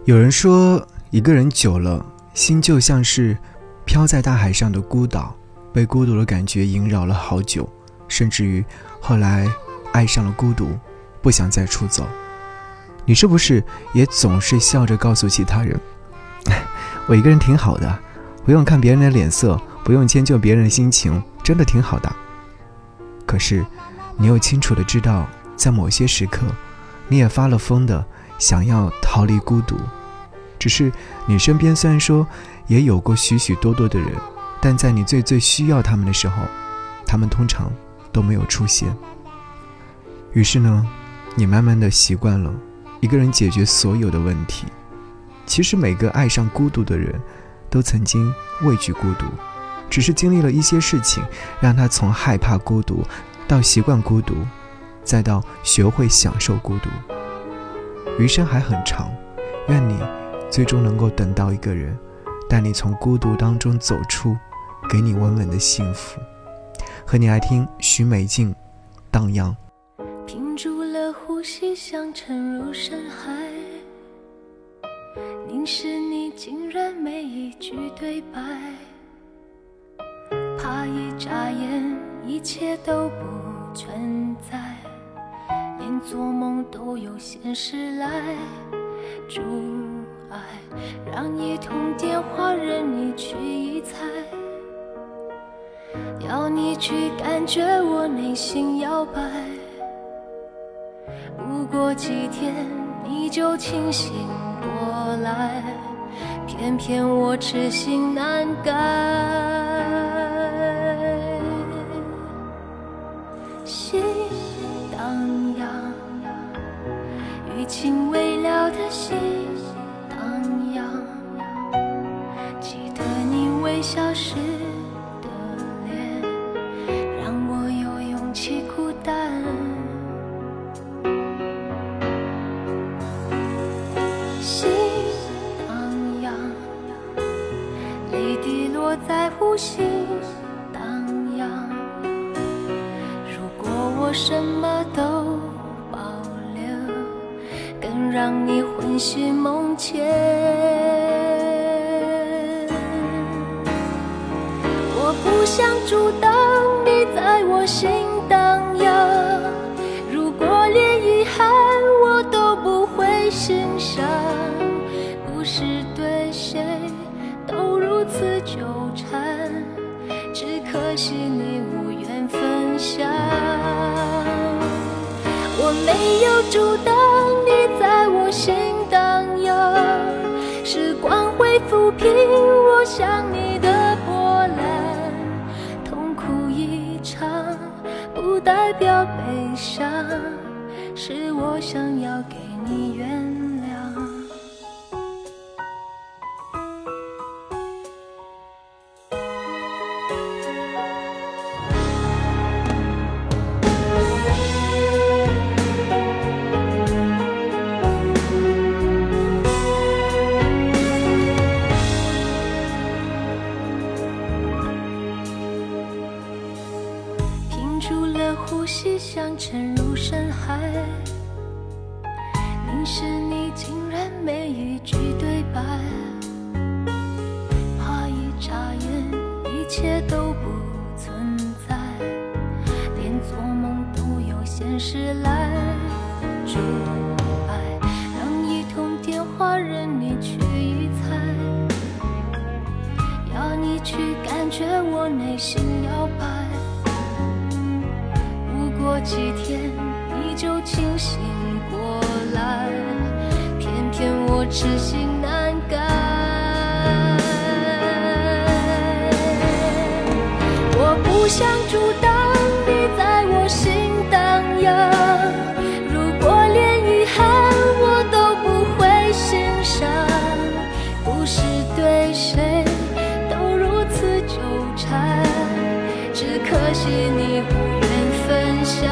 有人说，一个人久了，心就像是飘在大海上的孤岛，被孤独的感觉萦绕了好久，甚至于后来爱上了孤独，不想再出走。你是不是也总是笑着告诉其他人，我一个人挺好的，不用看别人的脸色，不用迁就别人的心情，真的挺好的。可是你又清楚地知道，在某些时刻你也发了疯的想要逃离孤独。只是你身边虽然说也有过许许多多的人，但在你最需要他们的时候，他们通常都没有出现。于是呢，你慢慢地习惯了一个人解决所有的问题。其实每个爱上孤独的人都曾经畏惧孤独，只是经历了一些事情，让他从害怕孤独到习惯孤独，再到学会享受孤独。余生还很长，愿你最终能够等到一个人带你从孤独当中走出，给你稳稳的幸福。和你来听许美静荡漾。 屏住了呼吸，想沉入深海，凝视你竟然没一句对白，怕一眨眼一切都不存在，连做梦都有现实来阻碍，让一通电话任你去一猜，要你去感觉我内心摇摆，不过几天你就清醒过来，偏偏我痴心难改，心荡漾，余情未了的心荡漾，记得你微笑时的脸，让我有勇气孤单，心荡漾，泪滴落在无心荡漾，如果我什么都保留，更让你魂牵梦牵，我不想阻挡你在我心荡漾，如果连遗憾我都不会欣赏，不是对谁都如此纠缠，只可惜你无缘分享，我没有阻挡你在我心荡漾，时光会抚平我想你的波澜，痛苦一场不代表悲伤，是我想要给你原谅。屏住了呼吸，想沉入深海，凝视你竟然没一句对白，怕一眨眼一切都不存在，连做梦都有现实来阻碍，让一通电话任你去一猜，要你去感觉我内心摇摆，不过几天你就清醒过来，偏偏我痴心难改，我不想阻挡你在我心荡漾，如果连遗憾我都不会欣赏，不是对谁都如此纠缠，只可惜你无缘分享，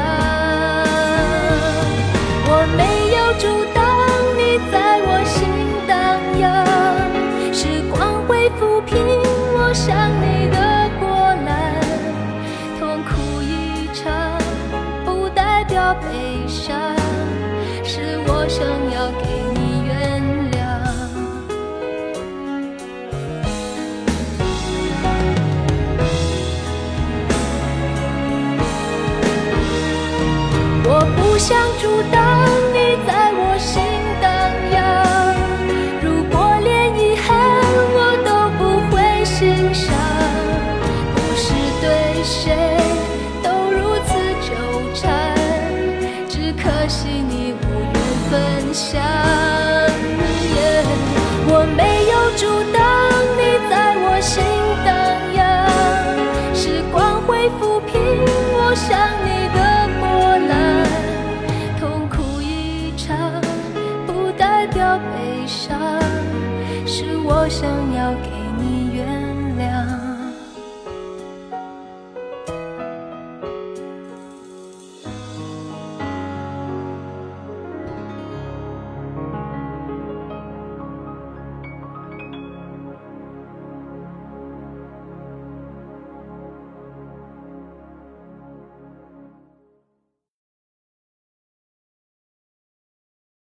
我没有阻挡你在我心荡漾，时光会抚平我想你的波澜，痛苦伤，是我想要给你原谅。